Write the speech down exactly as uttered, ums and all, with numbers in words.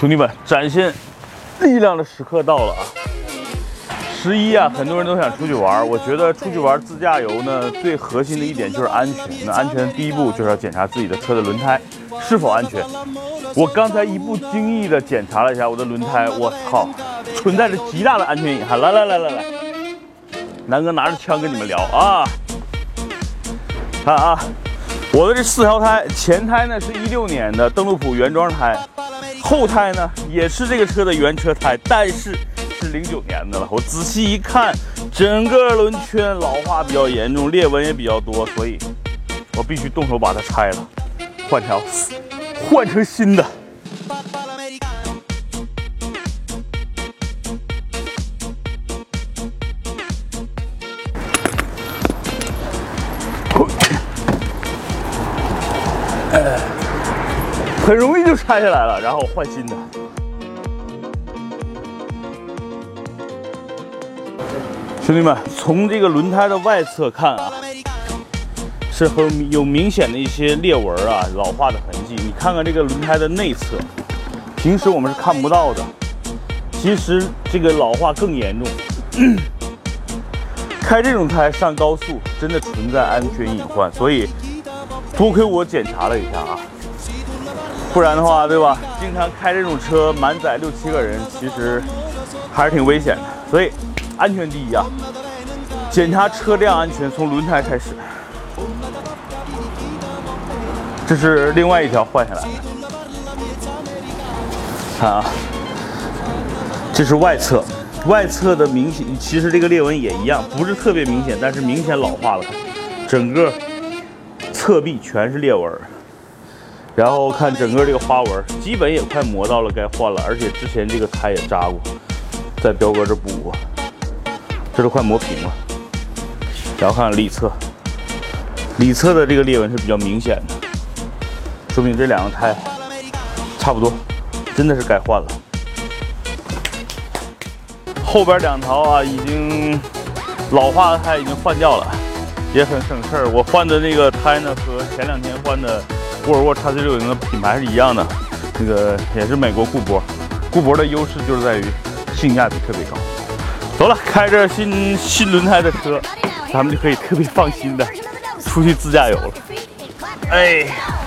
兄弟们，展现力量的时刻到了啊！十一啊，很多人都想出去玩。我觉得出去玩自驾游呢，最核心的一点就是安全。那安全的第一步就是要检查自己的车的轮胎是否安全。我刚才一不经意的检查了一下我的轮胎，我操，存在着极大的安全隐患。来来来来来，南哥拿着枪跟你们聊啊！看啊，我的这四条胎，前胎呢是一六年的登陆普原装胎。后胎呢也是这个车的原车胎，但是是零九年的了。我仔细一看，整个轮圈老化比较严重，裂纹也比较多，所以我必须动手把它拆了，换条，换成新的。呃很容易就拆下来了，然后换新的。兄弟们，从这个轮胎的外侧看啊，是很有明显的一些裂纹啊、老化的痕迹。你看看这个轮胎的内侧，平时我们是看不到的，其实这个老化更严重。嗯、开这种胎上高速真的存在安全隐患，所以多亏我检查了一下啊。不然的话，对吧？经常开这种车，满载六七个人，其实还是挺危险的。所以，安全第一啊！检查车辆安全从轮胎开始。这是另外一条换下来的，看啊，这是外侧，外侧的明显，其实这个裂纹也一样，不是特别明显，但是明显老化了，整个侧壁全是裂纹。然后看整个这个花纹，基本也快磨到了该换了，而且之前这个胎也扎过，在标哥这补过，这都快磨平了。然后看看里侧，里侧的这个裂纹是比较明显的，说明这两个胎差不多，真的是该换了。后边两条啊，已经老化的胎已经换掉了，也很省事儿。我换的那个胎呢，和前两天换的沃尔沃 X C 六零的品牌是一样的，那个也是美国固铂。固铂的优势就是在于性价比特别高。走了，开着新新轮胎的车，咱们就可以特别放心的出去自驾游了。哎。